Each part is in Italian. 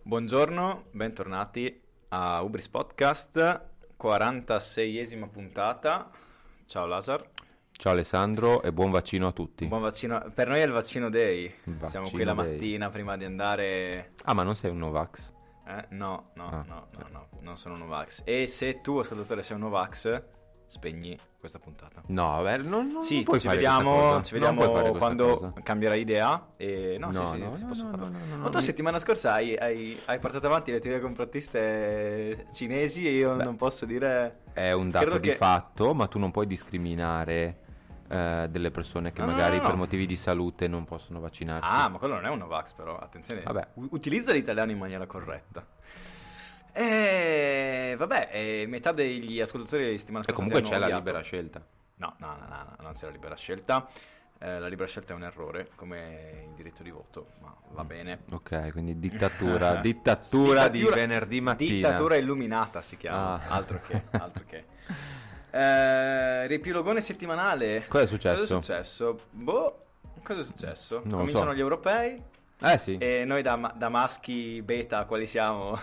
Buongiorno, bentornati a Ubris Podcast, 46esima puntata. Ciao Lazar. Ciao Alessandro e buon vaccino a tutti. Buon vaccino, per noi è il vaccino day. Vaccino Siamo qui la day. mattina prima di andare. Ah, ma non sei un Novax? No, non sono un Novax. E se tu, ascoltatore, sei un Novax, spegni questa puntata. No, non Sì, puoi ci fare vediamo, questa cosa. Non puoi fare questa quando cosa. cambierai idea. E No, si posso farlo. no, Ma tu settimana scorsa hai portato avanti le teorie complottiste cinesi e io non posso dire. È un dato Credo di che- fatto, ma tu non puoi discriminare delle persone che No, magari no. per motivi di salute non possono vaccinarsi. Ah, ma quello non è un Novax, però attenzione. Vabbè. Utilizza l'italiano in maniera corretta. Vabbè, metà degli ascoltatori di settimana E scorsa comunque ti c'è hanno la odiato. libera scelta. No, non c'è la libera scelta. La libera scelta è un errore, come il diritto di voto, ma va bene. Ok, quindi dittatura di venerdì mattina. Dittatura illuminata si chiama, Ah. altro che. Riepilogone settimanale. Cosa è successo? Cosa è successo? Cosa è successo? Non lo Cominciano so. gli europei Sì. e noi da maschi beta quali siamo?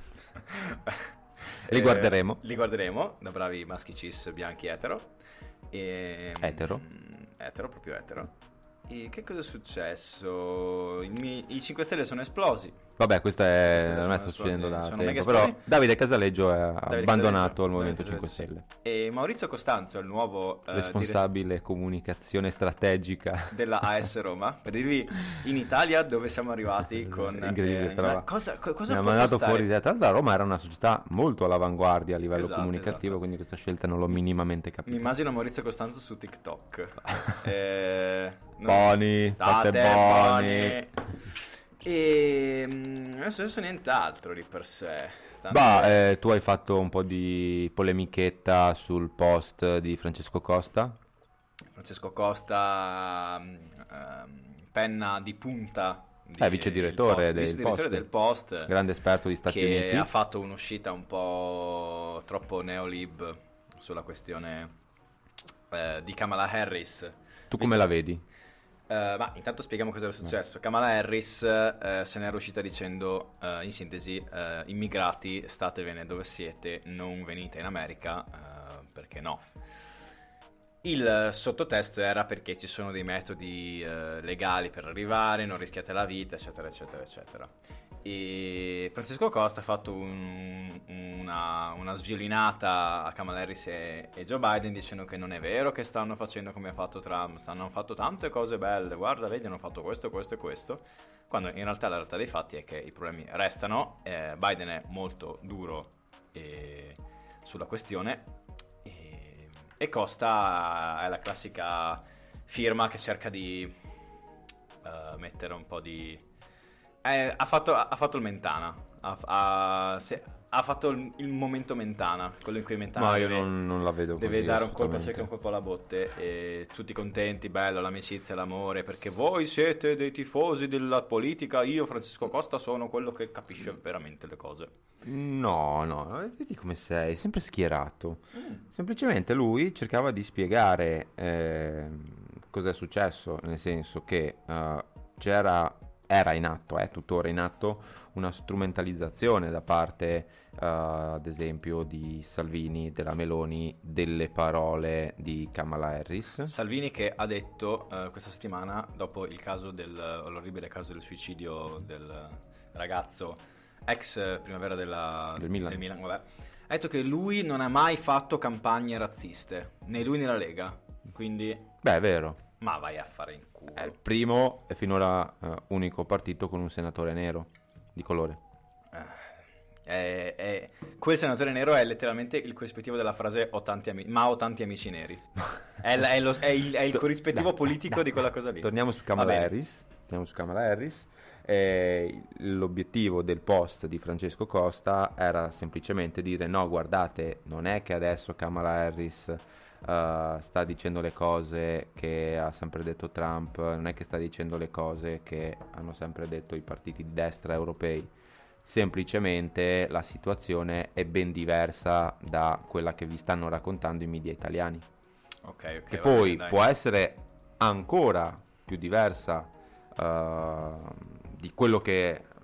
Li guarderemo. Li guarderemo da bravi maschi cis bianchi etero. Etero? Etero, proprio etero. E che cosa è successo? I 5 Stelle sono esplosi. Vabbè, questa Queste ormai sono sta succedendo da sono mega tempo, però esplosi. Davide Casaleggio ha Davide abbandonato Casaleggio, il Movimento Davide 5 Casaleggio, Stelle. sì. E Maurizio Costanzo è il nuovo Responsabile comunicazione strategica della AS Roma, per dirvi in Italia dove siamo arrivati con incredibile sta roba. cosa mi può ha mandato costare? fuori di testa. La Roma era una società molto all'avanguardia a livello Esatto, comunicativo, esatto. quindi questa scelta non l'ho minimamente Mi capita. immagino Maurizio Costanzo su TikTok. Buoni, State state buoni. E non è successo nient'altro di per sé. Tanto Tu hai fatto un po' di polemichetta sul post di Francesco Costa. Francesco Costa, penna di punta. Vice direttore del Post, grande esperto di Stati che Uniti. ha fatto un'uscita un po' troppo neolib sulla questione di Kamala Harris. Tu come la vedi? Ma intanto spieghiamo cosa era successo. Kamala Harris se n'era uscita dicendo, in sintesi, immigrati, statevene dove siete, non venite in America, perché no. Il sottotesto era perché ci sono dei metodi legali per arrivare, non rischiate la vita, eccetera, eccetera, eccetera. E Francesco Costa ha fatto una sviolinata a Kamala Harris e Joe Biden dicendo che non è vero che stanno facendo come ha fatto Trump, hanno fatto tante cose belle, guarda, vedi, hanno fatto questo, questo e questo, quando in realtà la realtà dei fatti è che i problemi restano. Biden è molto duro sulla questione e Costa è la classica firma che cerca di mettere un po' di... ha fatto il Mentana, ha fatto il momento Mentana, quello in cui Mentana Ma io non la vedo così. deve dare un colpo, assolutamente. cerca un colpo alla botte e tutti contenti, bello, l'amicizia, l'amore, perché voi siete dei tifosi della politica, io Francesco Costa sono quello che capisce veramente le cose. No, vedi come sei, sempre schierato. Semplicemente lui cercava di spiegare cosa è successo, nel senso che era in atto, è tuttora in atto, una strumentalizzazione da parte, ad esempio, di Salvini, della Meloni, delle parole di Kamala Harris. Salvini che ha detto questa settimana, dopo l'orribile caso del suicidio del ragazzo ex primavera del Milan, vabbè, ha detto che lui non ha mai fatto campagne razziste, né lui né la Lega, quindi... Beh, è vero. Ma vai a fare in culo. È il primo e finora unico partito con un senatore nero di colore. Quel senatore nero è letteralmente il corrispettivo della frase ho tanti amici neri. è il corrispettivo politico di quella cosa lì. Torniamo su Kamala Harris. L'obiettivo del post di Francesco Costa era semplicemente dire no, guardate, non è che adesso Kamala Harris sta dicendo le cose che ha sempre detto Trump, non è che sta dicendo le cose che hanno sempre detto i partiti di destra europei, semplicemente la situazione è ben diversa da quella che vi stanno raccontando i media italiani, che poi dai. può essere ancora più diversa di quello che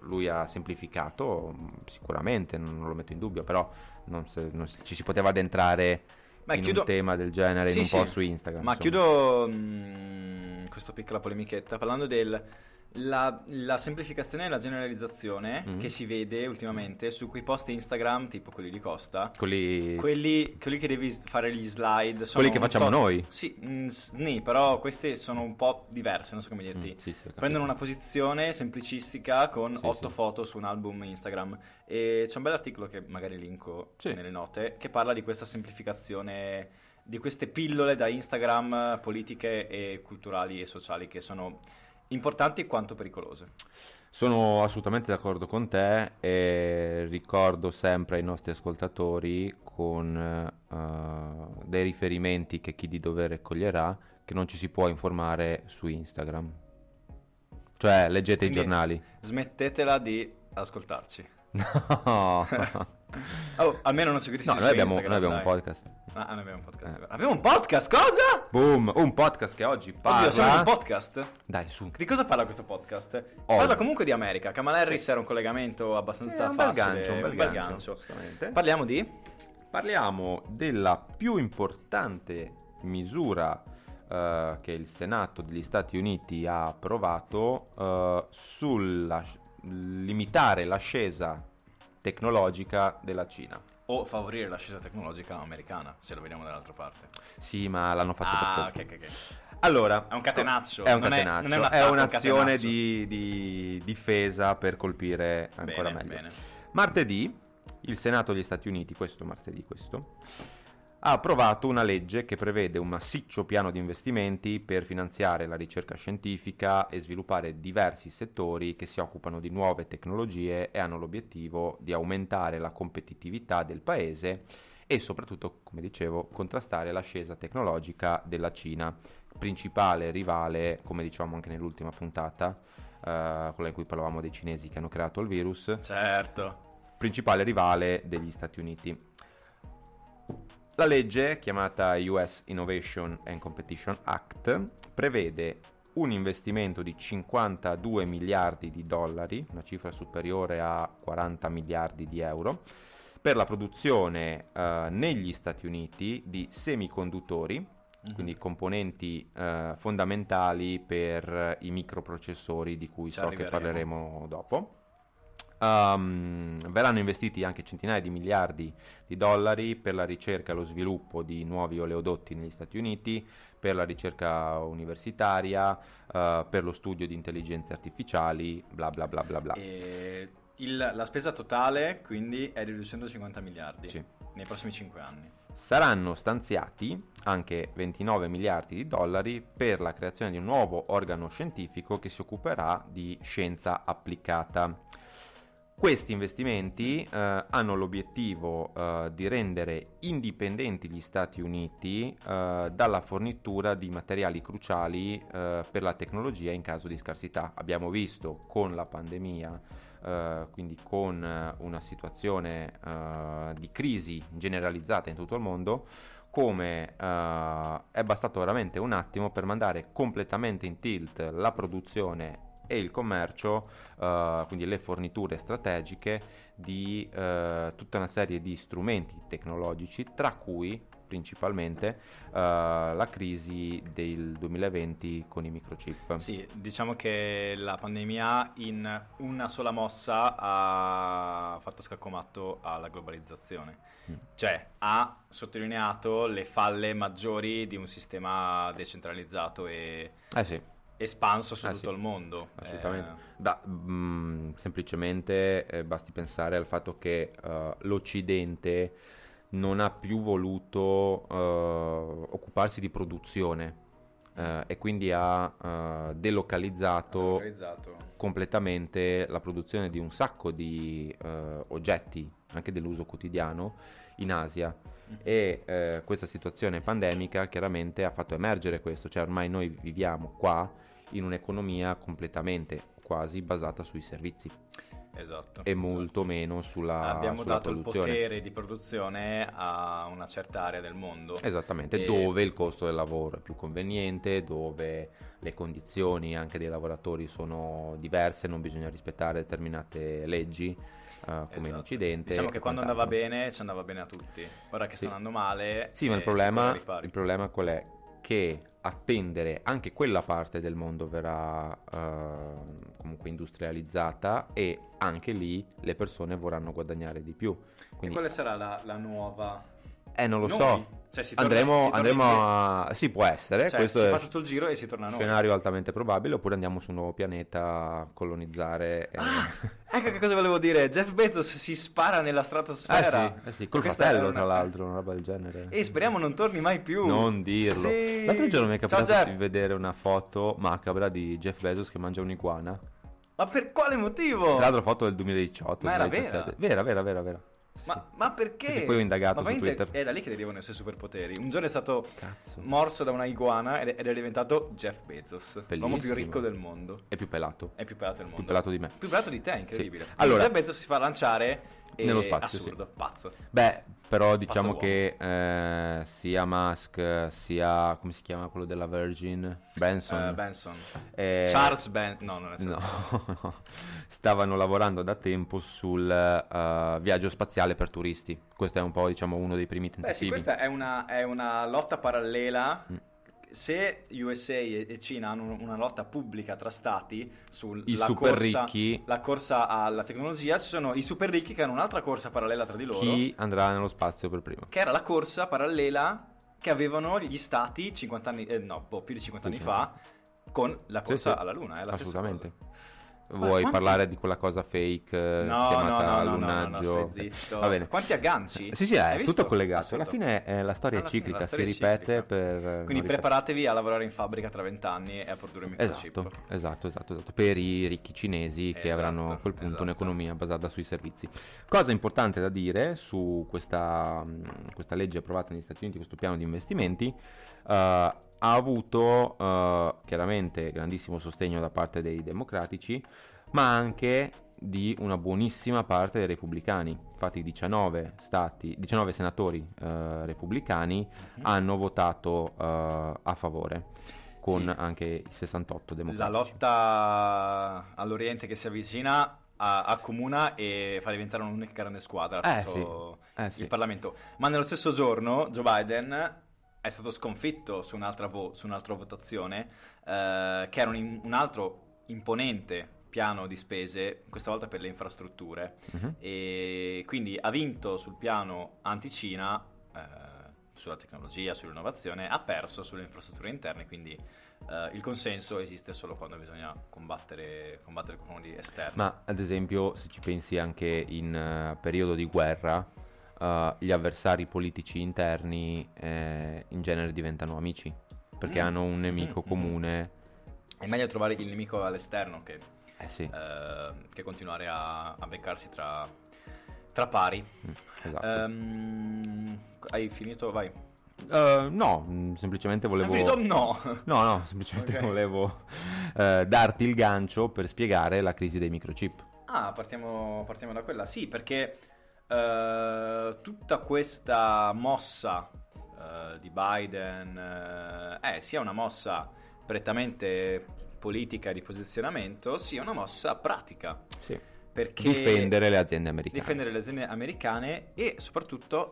lui ha semplificato, sicuramente, non lo metto in dubbio, però ci si poteva addentrare un tema del genere in un post su Instagram. Ma insomma. chiudo questa piccola polemichetta parlando la semplificazione e la generalizzazione che si vede ultimamente su quei post Instagram, tipo quelli di Costa, quelli che devi fare gli slide, sono quelli che facciamo noi. Sì, però queste sono un po' diverse, non so come dirti. Sì, prendono una posizione semplicistica con 8 foto su un album Instagram, e c'è un bel articolo che magari linko nelle note, che parla di questa semplificazione, di queste pillole da Instagram politiche e culturali e sociali, che sono importanti quanto pericolose. Sono assolutamente d'accordo con te, e ricordo sempre ai nostri ascoltatori, con dei riferimenti che chi di dovere coglierà, che non ci si può informare su Instagram. Cioè, leggete i giornali. Smettetela di ascoltarci. No. Almeno non seguiteci su Instagram. Noi abbiamo un podcast. Noi abbiamo un podcast. Abbiamo un podcast? Cosa? Boom, un podcast che oggi parla... Oddio, siamo un podcast? Dai, su. Di cosa parla questo podcast? Parla comunque di America. Kamala Harris era un collegamento abbastanza facile. Un bel gancio. Parliamo della più importante misura che il Senato degli Stati Uniti ha approvato sulla limitare l'ascesa tecnologica della Cina. O favorire l'ascesa tecnologica americana, se lo vediamo dall'altra parte. Sì, ma l'hanno fatto per ok. Allora, è un catenaccio. Non è un'azione di difesa per colpire ancora meglio. Bene. Martedì, il Senato degli Stati Uniti, ha approvato una legge che prevede un massiccio piano di investimenti per finanziare la ricerca scientifica e sviluppare diversi settori che si occupano di nuove tecnologie e hanno l'obiettivo di aumentare la competitività del paese e soprattutto, come dicevo, contrastare l'ascesa tecnologica della Cina, principale rivale, come dicevamo anche nell'ultima puntata, quella in cui parlavamo dei cinesi che hanno creato il virus. Certo. Principale rivale degli Stati Uniti. La legge, chiamata US Innovation and Competition Act, prevede un investimento di 52 miliardi di dollari, una cifra superiore a 40 miliardi di euro, per la produzione negli Stati Uniti di semiconduttori, quindi componenti fondamentali per i microprocessori di cui che parleremo dopo. Verranno investiti anche centinaia di miliardi di dollari per la ricerca e lo sviluppo di nuovi oleodotti negli Stati Uniti, per la ricerca universitaria, per lo studio di intelligenze artificiali, bla bla bla bla bla. E la spesa totale quindi è di 250 miliardi nei prossimi 5 anni. Saranno stanziati anche 29 miliardi di dollari per la creazione di un nuovo organo scientifico che si occuperà di scienza applicata. Questi investimenti hanno l'obiettivo di rendere indipendenti gli Stati Uniti dalla fornitura di materiali cruciali per la tecnologia in caso di scarsità. Abbiamo visto con la pandemia, quindi con una situazione di crisi generalizzata in tutto il mondo, come è bastato veramente un attimo per mandare completamente in tilt la produzione e il commercio, quindi le forniture strategiche di tutta una serie di strumenti tecnologici, tra cui principalmente la crisi del 2020 con i microchip. Sì, diciamo che la pandemia in una sola mossa ha fatto scaccomatto alla globalizzazione. Cioè ha sottolineato le falle maggiori di un sistema decentralizzato e espanso su tutto il mondo. Assolutamente. Semplicemente basti pensare al fatto che l'Occidente non ha più voluto occuparsi di produzione e quindi ha delocalizzato completamente la produzione di un sacco di oggetti, anche dell'uso quotidiano, in Asia. E questa situazione pandemica chiaramente ha fatto emergere questo, cioè ormai noi viviamo qua in un'economia completamente quasi basata sui servizi. Esatto. e molto meno abbiamo sulla dato produzione. il potere di produzione a una certa area del mondo. Esattamente, dove il costo del lavoro è più conveniente, dove le condizioni anche dei lavoratori sono diverse, non bisogna rispettare determinate leggi come in Occidente. Diciamo che quando andava quant'altro. bene ci andava bene a tutti, ora che Sì. sta andando male Sì, ma il si corre ai problema ripari. qual è? Che attendere anche quella parte del mondo verrà comunque industrializzata e anche lì le persone vorranno guadagnare di più. E Quindi, quale sarà la nuova? non lo Noi? so. Cioè, si Andremo torna a... Sì, può essere. cioè, Questo si è fa tutto il giro e si torna a un noi. scenario altamente probabile. Oppure andiamo su un nuovo pianeta a colonizzare. Ecco che cosa volevo dire. Jeff Bezos si spara nella stratosfera. Sì, col Questa fratello, è tra l'altro, una roba del genere. E speriamo non torni mai più. Non dirlo. Sì. L'altro giorno mi è Ciao, capitato Jeff. di vedere una foto macabra di Jeff Bezos che mangia un'iguana. Ma per quale motivo? Tra l'altro foto del 2018. Ma era 2017. Vera. Ma perché? Sì, poi ho indagato Ma su veramente Twitter. È da lì che derivano i suoi superpoteri. Un giorno è stato Cazzo. morso da una iguana ed è diventato Jeff Bezos, l'uomo più Bellissimo. ricco del mondo. È più pelato. È più pelato del mondo. Più pelato di me. Più pelato di te, incredibile. Sì. Allora- Jeff Bezos si fa lanciare Nello spazio, assurdo, pazzo. Beh, però diciamo Pazzo che sia Musk sia, come si chiama quello della Virgin? Branson. Benson. eh, Charles Benson. No, non è no, Charles. no. Stavano lavorando da tempo sul viaggio spaziale per turisti. Questo è un po', diciamo, uno dei primi Beh sì, tentativi. questa è una lotta parallela. Mm. Se USA e Cina hanno una lotta pubblica tra stati I sulla super corsa, ricchi. la corsa alla tecnologia, ci sono i super ricchi che hanno un'altra corsa parallela tra di loro, Chi andrà nello spazio per primo? che era la corsa parallela che avevano gli stati 50 anni, più di 50 anni Sì. fa, con la corsa Sì. alla Luna, è la stessa Assolutamente. cosa. Vuoi quanti- parlare di quella cosa fake No, chiamata no, lunaggio? stai zitto. Va bene. Quanti agganci? Sì, Hai è visto? tutto collegato. Assurdo. Alla fine la storia è Alla fine ciclica, la storia si è ripete ciclica. per... Quindi non ripetere. preparatevi a lavorare in fabbrica tra 20 anni e a produrre microchip. Esatto. Per i ricchi cinesi che Esatto, avranno a quel punto esatto. un'economia basata sui servizi. Cosa importante da dire su questa legge approvata negli Stati Uniti, questo piano di investimenti, ha avuto chiaramente grandissimo sostegno da parte dei democratici, ma anche di una buonissima parte dei repubblicani. Infatti 19 senatori repubblicani hanno votato a favore, con Sì. anche i 68 La democratici. lotta all'Oriente che si avvicina accomuna e fa diventare un'unica grande squadra tutto sì. il Parlamento. Ma nello stesso giorno Joe Biden è stato sconfitto su un'altra votazione che era un altro imponente piano di spese, questa volta per le infrastrutture, Mhm. e quindi ha vinto sul piano anti-Cina, sulla tecnologia, sull'innovazione, ha perso sulle infrastrutture interne, quindi il consenso esiste solo quando bisogna combattere qualcuno di esterno. Ma ad esempio, se ci pensi anche in periodo di guerra, gli avversari politici interni in genere diventano amici, perché hanno un nemico comune. È meglio trovare il nemico all'esterno Sì, che continuare a beccarsi tra pari. esatto. Hai finito? Vai. No, semplicemente volevo... Hai finito? No. No, semplicemente Ok. volevo darti il gancio per spiegare la crisi dei microchip. Partiamo da quella. Sì, perché tutta questa mossa di Biden sia una mossa prettamente politica di posizionamento, sia una mossa pratica. Sì. Perché Difendere le aziende americane. difendere le aziende americane e soprattutto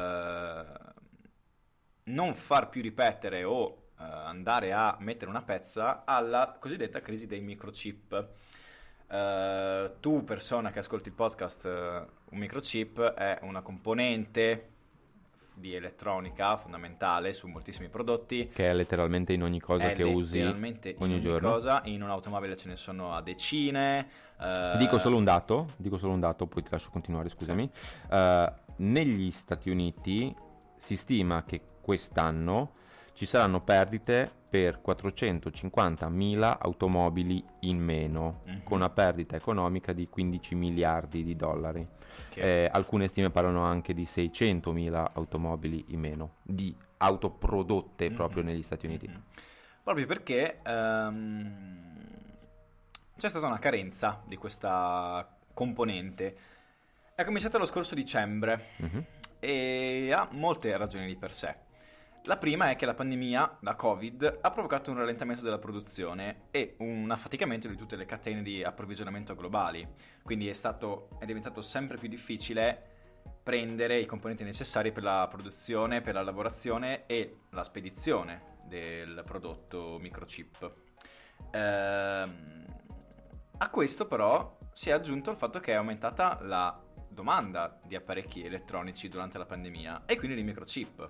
non far più ripetere o andare a mettere una pezza alla cosiddetta crisi dei microchip. Tu, persona che ascolti il podcast, un microchip è una componente di elettronica fondamentale su moltissimi prodotti. Che è letteralmente in ogni cosa È che usi letteralmente in ogni ogni giorno. cosa. In un'automobile ce ne sono a decine. Ti dico solo un dato, poi ti lascio continuare, scusami. Negli Stati Uniti si stima che quest'anno ci saranno perdite per 450.000 automobili in meno, con una perdita economica di 15 miliardi di dollari. Che- Alcune stime parlano anche di 600.000 automobili in meno, di auto prodotte proprio negli Stati Uniti. Proprio perché c'è stata una carenza di questa componente è cominciata lo scorso dicembre e ha molte ragioni di per sé. La prima è che la pandemia da Covid ha provocato un rallentamento della produzione e un affaticamento di tutte le catene di approvvigionamento globali, quindi è diventato sempre più difficile prendere i componenti necessari per la produzione, per la lavorazione e la spedizione del prodotto microchip. A questo però si è aggiunto il fatto che è aumentata la domanda di apparecchi elettronici durante la pandemia e quindi di microchip.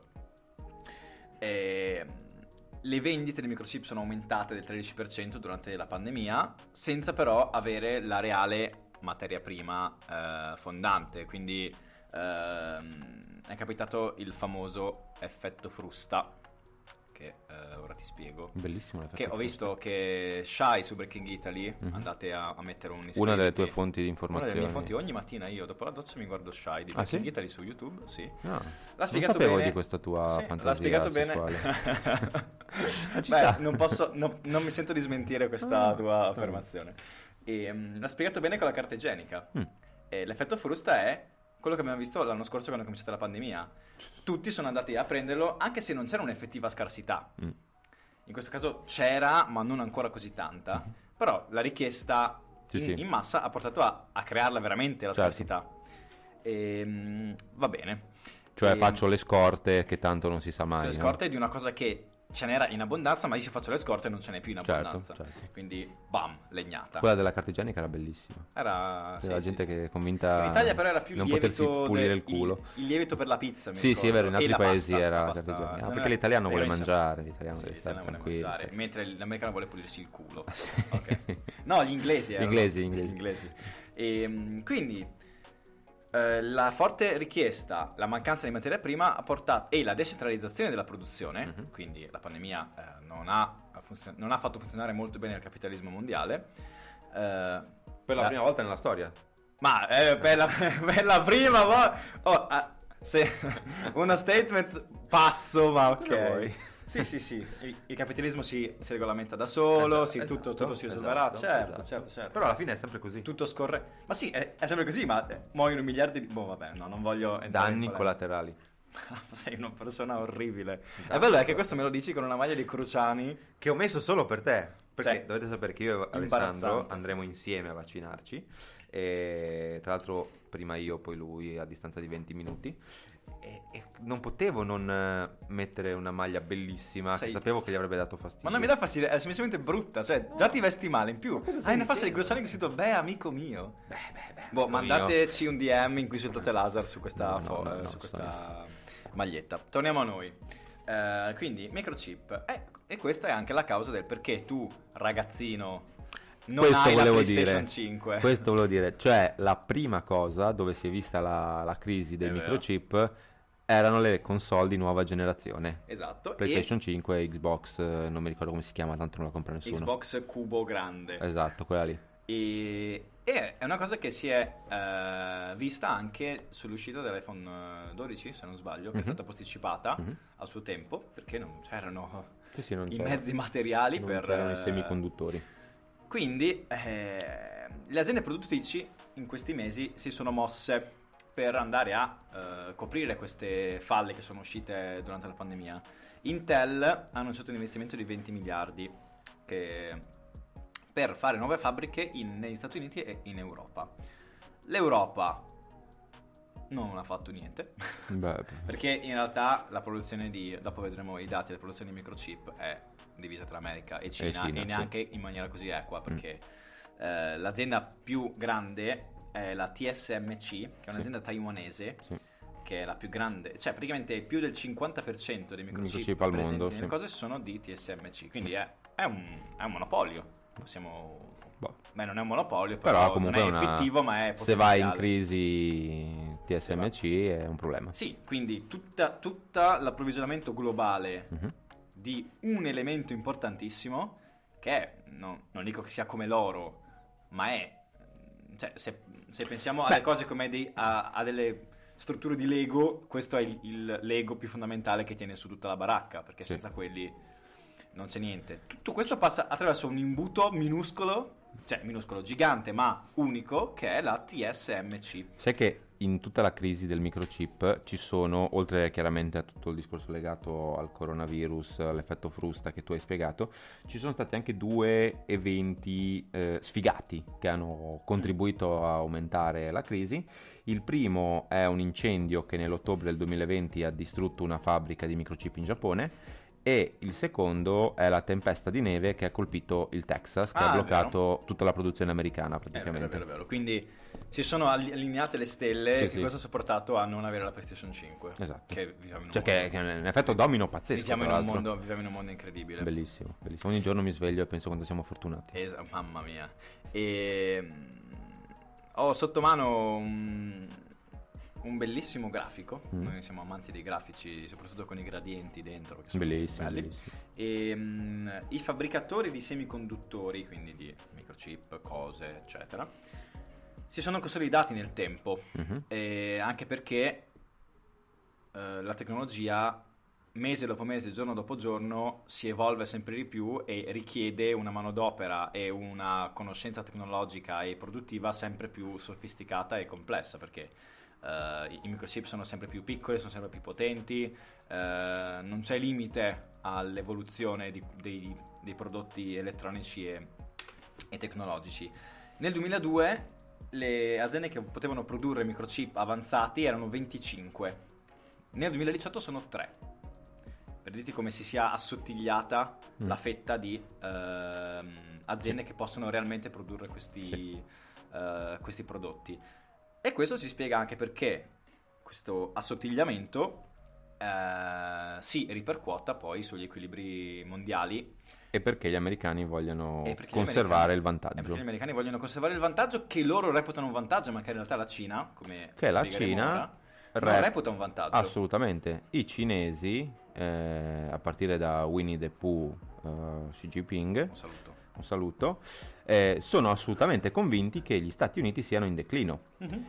Le vendite di microchip sono aumentate del 13% durante la pandemia senza però avere la reale materia prima fondante, quindi è capitato il famoso effetto frusta che ora ti spiego. Bellissimo l'effetto che ho visto che Shai su Breaking Italy, andate a mettere un iscriviti. Una delle tue fonti di Una informazioni. delle mie fonti, ogni mattina io dopo la doccia mi guardo Shai di Breaking Italy su YouTube, sì. No, L'ha spiegato non sapevo bene di questa tua fantasia l'ha spiegato sessuale. Beh, non mi sento di smentire questa tua affermazione. L'ha spiegato bene con la carta igienica. E l'effetto frusta è quello che abbiamo visto l'anno scorso quando è cominciata la pandemia. Tutti sono andati a prenderlo anche se non c'era un'effettiva scarsità. In questo caso c'era, ma non ancora così tanta. Però la richiesta in massa ha portato a crearla veramente la scarsità. Va bene. Cioè faccio le scorte che tanto non si sa mai. Le scorte di una cosa che ce n'era in abbondanza, ma io se faccio le scorte non ce n'è più in abbondanza. Certo. Quindi bam, legnata. Quella della carta igienica era bellissima. C'era gente che è convinta in Italia però era più non potersi pulire il culo. Il lievito per la pizza, Sì, è vero, in altri paesi era pasta, carta igienica. perché perché l'italiano vuole mangiare, l'italiano deve stare vuole tranquillo. mangiare, mentre l'americano vuole pulirsi il culo. Okay. No, gli inglesi erano. Gli inglesi. Quindi la forte richiesta, la mancanza di materia prima ha portato, e la decentralizzazione della produzione, quindi la pandemia non ha fatto funzionare molto bene il capitalismo mondiale. Per la prima volta nella storia. Ma per la prima volta. Uno statement pazzo, ma ok. Sì. Il capitalismo si regolamenta da solo, tutto si risolverà. Certo. Però alla fine è sempre così. Tutto scorre. Ma sì, è sempre così, ma muoiono miliardi di. Vabbè, no, non voglio entrare danni collaterali. Sei una persona orribile. È bello che questo me lo dici con una maglia di Cruciani che ho messo solo per te. Perché dovete sapere che io e Alessandro andremo insieme a vaccinarci. E tra l'altro prima io, poi lui, a distanza di 20 minuti. E non potevo non mettere una maglia bellissima che sapevo che gli avrebbe dato fastidio. Ma non mi dà fastidio, è semplicemente brutta. Cioè, già ti vesti male. In più hai una faccia di Cruciani che ho scritto amico mio. Mandateci un DM in cui insultate Lazar su questa maglietta. Torniamo a noi. Quindi microchip. E questa è anche la causa del perché tu, ragazzino, non hai la PlayStation 5. Questo volevo dire. Cioè, la prima cosa dove si è vista la crisi dei microchip erano le console di nuova generazione. Esatto. PlayStation 5 e Xbox, non mi ricordo come si chiama, tanto non la compra nessuno. Xbox Cubo grande. Esatto, quella lì. E è una cosa che si è vista anche sull'uscita dell'iPhone 12, se non sbaglio, che è stata posticipata al suo tempo, perché non c'erano i mezzi materiali non per... c'erano i semiconduttori. Quindi le aziende produttrici in questi mesi si sono mosse per andare a coprire queste falle che sono uscite durante la pandemia. Intel ha annunciato un investimento di 20 miliardi per fare nuove fabbriche negli Stati Uniti e in Europa. L'Europa non ha fatto niente. Perché in realtà la produzione dopo vedremo i dati, la produzione di microchip è divisa tra America e Cina e neanche in maniera così equa, perché l'azienda più grande è la TSMC, che è un'azienda taiwanese, che è la più grande, cioè praticamente più del 50% dei microchip al mondo, nelle cose sono di TSMC, quindi è un monopolio. Non è un monopolio, però comunque non è effettivo, ma è potenziale. Se vai in crisi TSMC è un problema. Sì, quindi tutta l'approvvigionamento globale di un elemento importantissimo, che è, non dico che sia come l'oro, ma è, cioè, se pensiamo alle cose come a delle strutture di Lego, questo è il Lego più fondamentale che tiene su tutta la baracca, perché senza quelli non c'è niente. Tutto questo passa attraverso un imbuto minuscolo cioè minuscolo, gigante ma unico, che è la TSMC. Sai che in tutta la crisi del microchip ci sono, oltre chiaramente a tutto il discorso legato al coronavirus, all'effetto frusta che tu hai spiegato, ci sono stati anche due eventi sfigati che hanno contribuito a aumentare la crisi. Il primo è un incendio che nell'ottobre del 2020 ha distrutto una fabbrica di microchip in Giappone, e il secondo è la tempesta di neve che ha colpito il Texas, che ha bloccato tutta la produzione americana praticamente. È vero. Quindi si sono allineate le stelle, Sì, che questo ci ha portato a non avere la PlayStation 5. Esatto. Che viviamo in un che è un effetto domino pazzesco. viviamo in un mondo incredibile. Bellissimo. Ogni giorno mi sveglio e penso quanto siamo fortunati. Mamma mia. E ho sotto mano un bellissimo grafico. Noi siamo amanti dei grafici, soprattutto con i gradienti dentro, che sono belli. E i fabbricatori di semiconduttori, quindi di microchip, cose, eccetera, si sono consolidati nel tempo, anche perché la tecnologia mese dopo mese, giorno dopo giorno, si evolve sempre di più e richiede una manodopera e una conoscenza tecnologica e produttiva sempre più sofisticata e complessa, perché i microchip sono sempre più piccoli, sono sempre più potenti, non c'è limite all'evoluzione dei prodotti elettronici e tecnologici. Nel 2002 le aziende che potevano produrre microchip avanzati erano 25, nel 2018 sono 3, per dirti come si sia assottigliata la fetta di aziende che possono realmente produrre questi prodotti. E questo ci spiega anche perché questo assottigliamento si ripercuota poi sugli equilibri mondiali. E perché gli americani vogliono conservare il vantaggio. Perché gli americani vogliono conservare il vantaggio che loro reputano un vantaggio, ma che in realtà la Cina, come che la Cina ora, non reputa un vantaggio. Assolutamente. I cinesi, a partire da Winnie the Pooh, Xi Jinping, un saluto, sono assolutamente convinti che gli Stati Uniti siano in declino.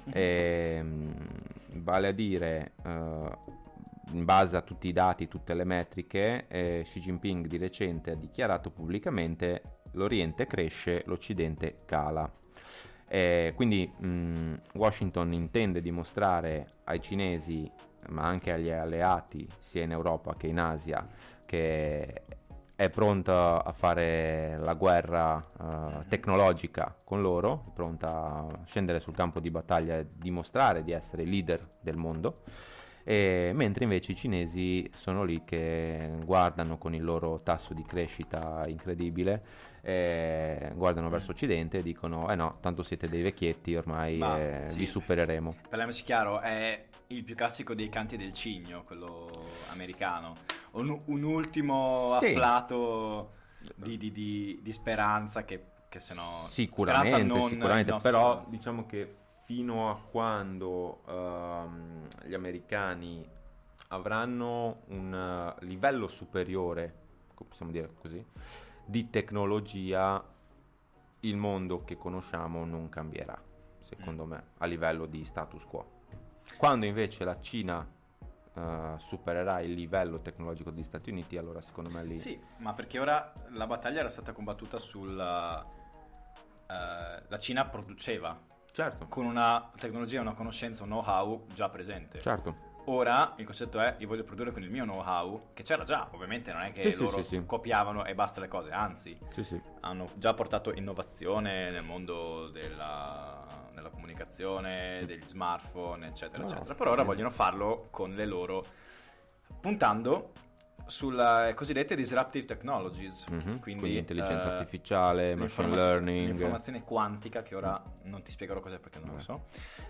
Vale a dire, in base a tutti i dati, tutte le metriche, Xi Jinping di recente ha dichiarato pubblicamente: l'Oriente cresce, l'Occidente cala. Quindi Washington intende dimostrare ai cinesi, ma anche agli alleati sia in Europa che in Asia, che è pronta a fare la guerra tecnologica con loro, è pronta a scendere sul campo di battaglia e dimostrare di essere leader del mondo. Mentre invece i cinesi sono lì che guardano con il loro tasso di crescita incredibile, guardano verso occidente e dicono no, tanto siete dei vecchietti, ormai vi supereremo. Parliamoci chiaro, è il più classico dei canti del cigno, quello americano, un ultimo afflato di speranza che se no sicuramente però diciamo che fino a quando gli americani avranno un livello superiore, possiamo dire così, di tecnologia, il mondo che conosciamo non cambierà, secondo me, a livello di status quo. Quando invece la Cina supererà il livello tecnologico degli Stati Uniti, allora secondo me lì... Sì, ma perché ora la battaglia era stata combattuta la Cina produceva. Certo. Con una tecnologia, una conoscenza, un know-how già presente. Certo. Ora il concetto è: io voglio produrre con il mio know-how, che c'era già, ovviamente non è che loro copiavano e basta le cose, anzi hanno già portato innovazione nel mondo della comunicazione, degli smartphone, eccetera, eccetera. Però ora vogliono farlo con le loro, puntando sulle cosiddette disruptive technologies, quindi intelligenza artificiale, machine learning, l'informazione quantica, che ora non ti spiegherò cos'è perché non lo so,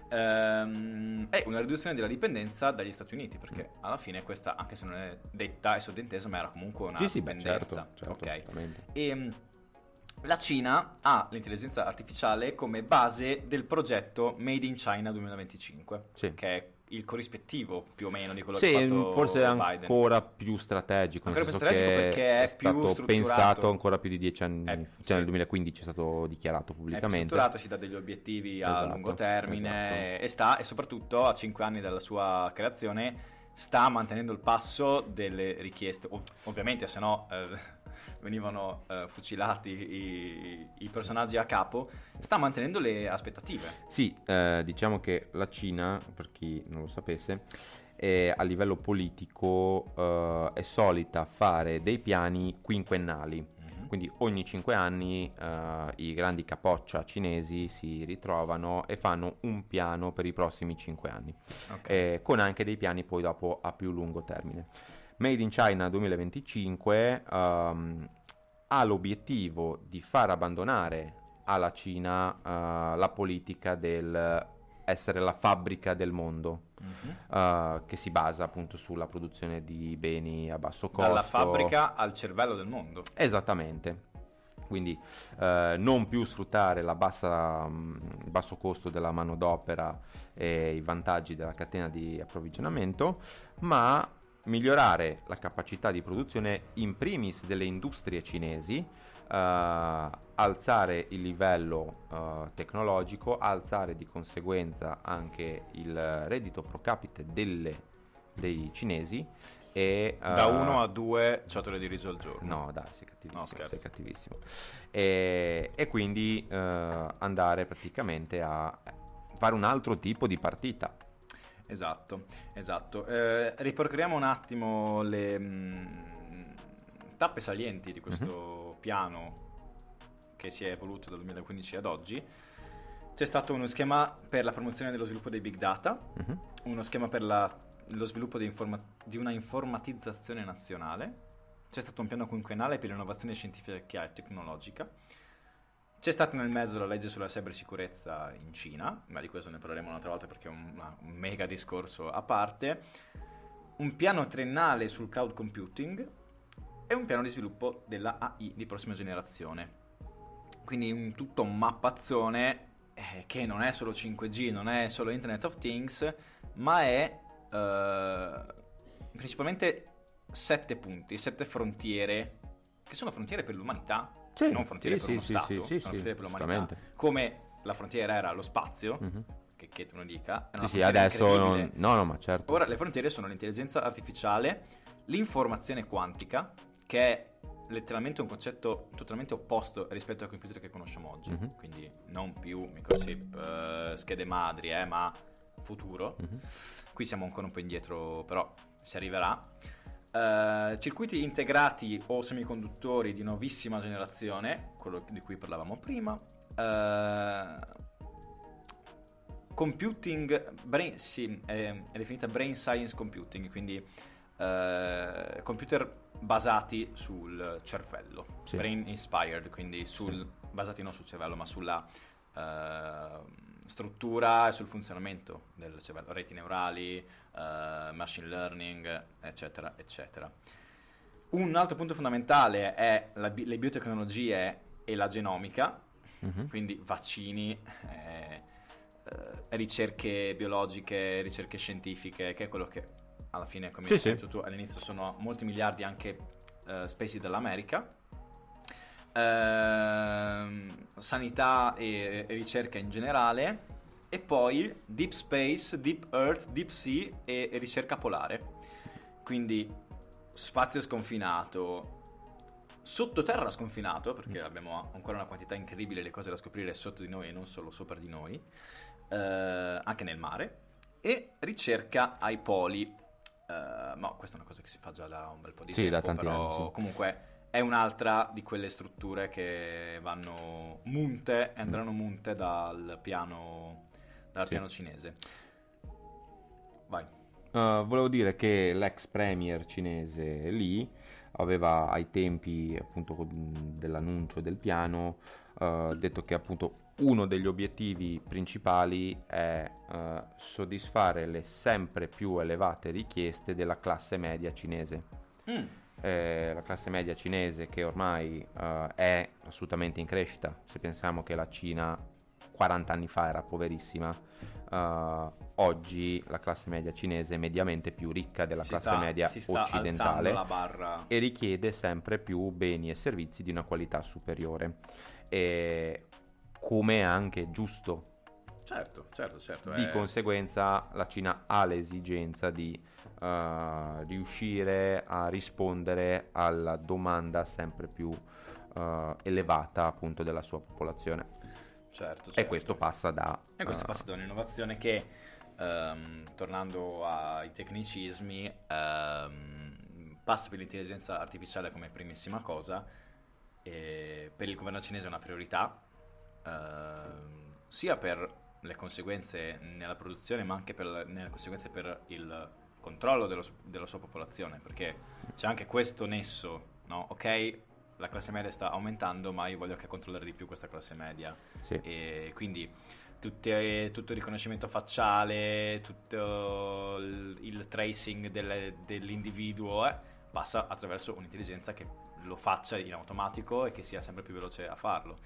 è una riduzione della dipendenza dagli Stati Uniti, perché alla fine questa, anche se non è detta e sottintesa, ma era comunque una dipendenza. Certo, ok. E la Cina ha l'intelligenza artificiale come base del progetto Made in China 2025, che è il corrispettivo più o meno di quello che ha fatto forse Biden. Ancora più strategico, ancora più strategico perché è più stato pensato ancora più di 10 anni, nel 2015 è stato dichiarato pubblicamente. È più strutturato, si dà degli obiettivi a lungo termine e soprattutto a 5 anni dalla sua creazione sta mantenendo il passo delle richieste, ovviamente, se no venivano fucilati i personaggi a capo, sta mantenendo le aspettative. Sì, diciamo che la Cina, per chi non lo sapesse, a livello politico è solita fare dei piani quinquennali. Quindi ogni 5 anni i grandi capoccia cinesi si ritrovano e fanno un piano per i prossimi 5 anni, Okay. con anche dei piani poi dopo a più lungo termine. Made in China 2025 ha l'obiettivo di far abbandonare alla Cina la politica del essere la fabbrica del mondo, che si basa appunto sulla produzione di beni a basso costo. Dalla fabbrica al cervello del mondo. Esattamente. Quindi non più sfruttare il basso costo della manodopera e i vantaggi della catena di approvvigionamento, ma migliorare la capacità di produzione in primis delle industrie cinesi, alzare il livello tecnologico, alzare di conseguenza anche il reddito pro capite dei cinesi. E, Da 1 a 2 ciotole di riso al giorno. No, dai, sei cattivissimo. No, scherzo. Sei cattivissimo. E quindi andare praticamente a fare un altro tipo di partita. Esatto. Ripercorriamo un attimo le tappe salienti di questo piano che si è evoluto dal 2015 ad oggi. C'è stato uno schema per la promozione dello sviluppo dei big data, uno schema per lo sviluppo di una informatizzazione nazionale, c'è stato un piano quinquennale per l'innovazione scientifica e tecnologica, c'è stata nel mezzo la legge sulla cybersicurezza in Cina, ma di questo ne parleremo un'altra volta perché è un mega discorso a parte, un piano triennale sul cloud computing e un piano di sviluppo della AI di prossima generazione. Quindi tutto un mappazzone che non è solo 5G, non è solo Internet of Things, ma è principalmente 7 punti, 7 frontiere, che sono frontiere per l'umanità, non frontiere per uno Stato, sono frontiere per l'umanità. Come la frontiera era lo spazio, che tu non dica. Sì, adesso no, ma certo. Ora le frontiere sono l'intelligenza artificiale, l'informazione quantica, che è letteralmente un concetto totalmente opposto rispetto ai computer che conosciamo oggi, quindi non più microchip, schede madri, ma futuro. Qui siamo ancora un po' indietro, però si arriverà. Circuiti integrati o semiconduttori di nuovissima generazione, quello di cui parlavamo prima. Computing, è definita brain science computing, quindi computer basati sul cervello, brain inspired, quindi basati non sul cervello ma sulla struttura e sul funzionamento del cervello, reti neurali, machine learning, eccetera, eccetera. Un altro punto fondamentale è le biotecnologie e la genomica, quindi vaccini, ricerche biologiche, ricerche scientifiche, che è quello che alla fine, come hai detto tu all'inizio, sono molti miliardi anche spesi dall'America. Sanità e ricerca in generale, e poi Deep Space, Deep Earth, Deep Sea e ricerca polare, quindi spazio sconfinato, sottoterra sconfinato, perché abbiamo ancora una quantità incredibile di cose da scoprire sotto di noi e non solo sopra di noi, anche nel mare, e ricerca ai poli, ma questa è una cosa che si fa già da un bel po' di tempo, da tanti però anni, comunque è un'altra di quelle strutture che vanno munte e andranno munte dal piano cinese. Vai. Volevo dire che l'ex premier cinese Li aveva, ai tempi appunto dell'annuncio del piano, detto che appunto uno degli obiettivi principali è soddisfare le sempre più elevate richieste della classe media cinese. La classe media cinese, che ormai è assolutamente in crescita. Se pensiamo che la Cina 40 anni fa era poverissima, oggi la classe media cinese è mediamente più ricca della classe media occidentale, la barra, e richiede sempre più beni e servizi di una qualità superiore, e come è anche giusto Certo. Di conseguenza la Cina ha l'esigenza di riuscire a rispondere alla domanda sempre più elevata appunto della sua popolazione. Certo. E questo passa da un'innovazione che, tornando ai tecnicismi, passa per l'intelligenza artificiale come primissima cosa, e per il governo cinese è una priorità, sia per le conseguenze nella produzione, ma anche nelle conseguenze per il controllo della sua popolazione, perché c'è anche questo nesso, no? Ok, la classe media sta aumentando, ma io voglio anche controllare di più questa classe media. Sì. E quindi tutto il riconoscimento facciale, tutto il tracing dell'individuo passa attraverso un'intelligenza che lo faccia in automatico e che sia sempre più veloce a farlo.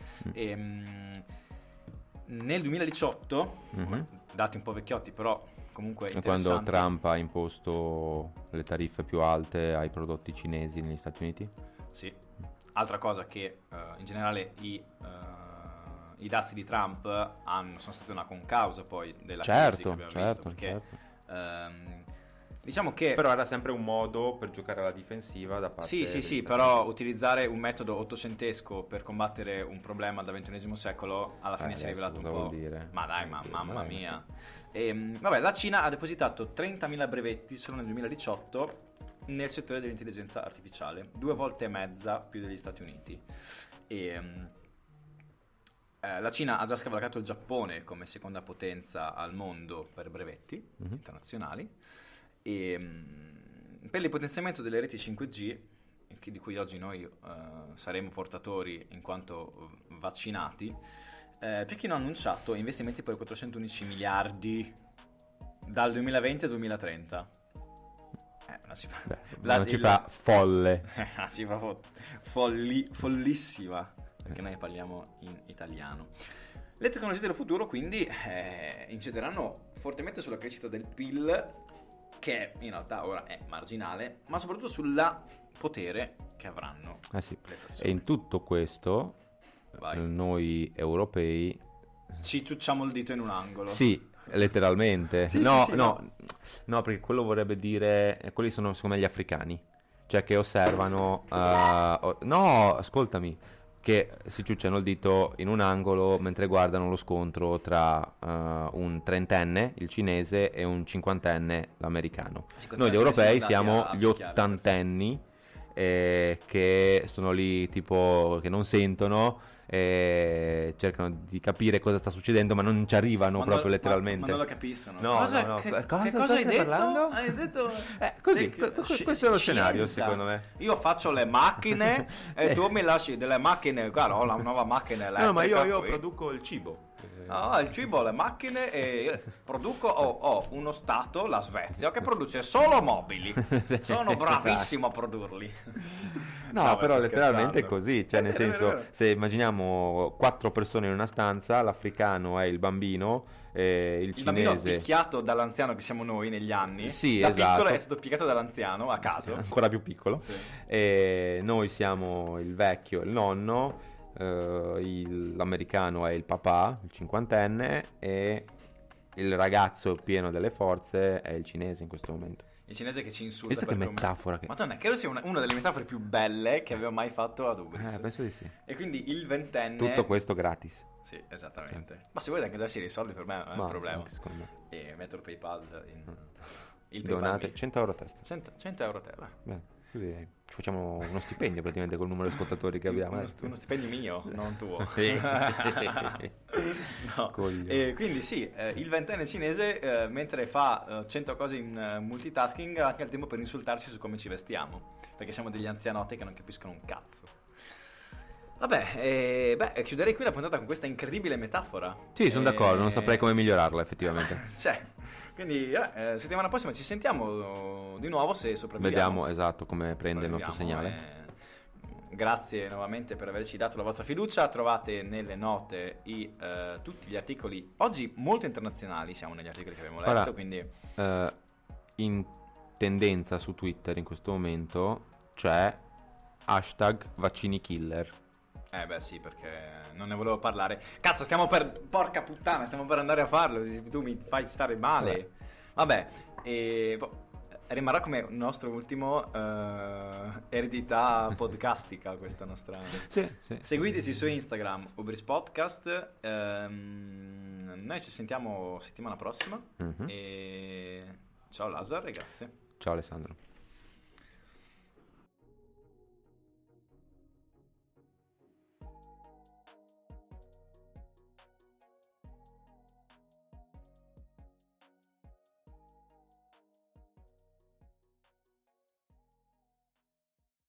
Nel 2018, dati un po' vecchiotti, però comunque interessanti. Quando Trump ha imposto le tariffe più alte ai prodotti cinesi negli Stati Uniti? Sì. Altra cosa che in generale i dazi di Trump sono stati una concausa poi della crisi che abbiamo visto, perché diciamo che però era sempre un modo per giocare alla difensiva da parte sì, però utilizzare un metodo ottocentesco per combattere un problema del XXI secolo alla fine si è rivelato un po'. Vuol dire? Ma dai, mamma mia. Vabbè, la Cina ha depositato 30.000 brevetti solo nel 2018 nel settore dell'intelligenza artificiale, 2 volte e mezza più degli Stati Uniti. La Cina ha già scavalcato il Giappone come seconda potenza al mondo per brevetti internazionali. Per il potenziamento delle reti 5G, di cui oggi noi saremo portatori in quanto vaccinati, Pechino ha annunciato investimenti per 411 miliardi dal 2020 al 2030. Una cifra folle. Una cifra follissima, perché noi parliamo in italiano. Le tecnologie del futuro quindi incideranno fortemente sulla crescita del PIL, che in realtà ora è marginale, ma soprattutto sulla potere che avranno le persone. E in tutto questo noi europei ci ciucciamo il dito in un angolo. Sì, letteralmente. No, perché quello vorrebbe dire, quelli sono secondo me gli africani, cioè che osservano no, ascoltami, che si ciucciano il dito in un angolo mentre guardano lo scontro tra un trentenne, il cinese, e un cinquantenne, l'americano. Noi gli europei siamo gli ottantenni che sono lì tipo che non sentono e cercano di capire cosa sta succedendo, ma non ci arrivano letteralmente. Ma non lo capiscono. Che cosa hai detto? Parlando? Hai detto così, questo è lo scenario secondo me. Io faccio le macchine e tu mi lasci delle macchine, guarda, ho la nuova macchina elettrica. No, ma io produco il cibo. Il cibo, le macchine, e produco, ho uno stato, la Svezia, che produce solo mobili. Sono bravissimo a produrli. No, però letteralmente è così, cioè nel senso, se immaginiamo 4 persone in una stanza, l'africano è il bambino, il cinese... bambino picchiato dall'anziano che siamo noi negli anni, sì, da esatto. piccolo è stato picchiato dall'anziano a caso. Ancora più piccolo. Sì. E noi siamo il vecchio, il nonno, l'americano è il papà, il cinquantenne, e il ragazzo pieno delle forze è il cinese in questo momento. Il cinese che ci insulta. Questa che metafora che... Madonna, credo sia una delle metafore più belle che avevo mai fatto ad Ubris. Penso di sì. E quindi il ventenne... Tutto questo gratis. Sì, esattamente. Ma se vuoi anche darsi dei soldi per me non è un problema. Secondo me. E mettere PayPal il Donate PayPal 100 euro a testa. 100 euro a terra. Beh, così ci facciamo uno stipendio praticamente col numero di ascoltatori che abbiamo. Uno stipendio mio, non tuo. No. E quindi sì, il ventenne cinese mentre fa 100 cose in multitasking ha anche il tempo per insultarci su come ci vestiamo, perché siamo degli anzianotti che non capiscono un cazzo. Vabbè, chiuderei qui la puntata con questa incredibile metafora. Sì, sono d'accordo, non saprei come migliorarla effettivamente. Quindi settimana prossima ci sentiamo di nuovo se sopravviviamo. Vediamo esatto come prende il nostro segnale. Grazie nuovamente per averci dato la vostra fiducia. Trovate nelle note tutti gli articoli, oggi molto internazionali siamo negli articoli che abbiamo letto. Quindi in tendenza su Twitter in questo momento c'è #VacciniKiller. Beh sì, perché non ne volevo parlare. Cazzo, porca puttana, stiamo per andare a farlo. Tu mi fai stare male. Vabbè, rimarrà come nostro ultimo eredità podcastica questa nostra. Sì. Seguiteci su Instagram, Ubris Podcast. Noi ci sentiamo settimana prossima. E ciao Lazar e grazie. Ciao Alessandro.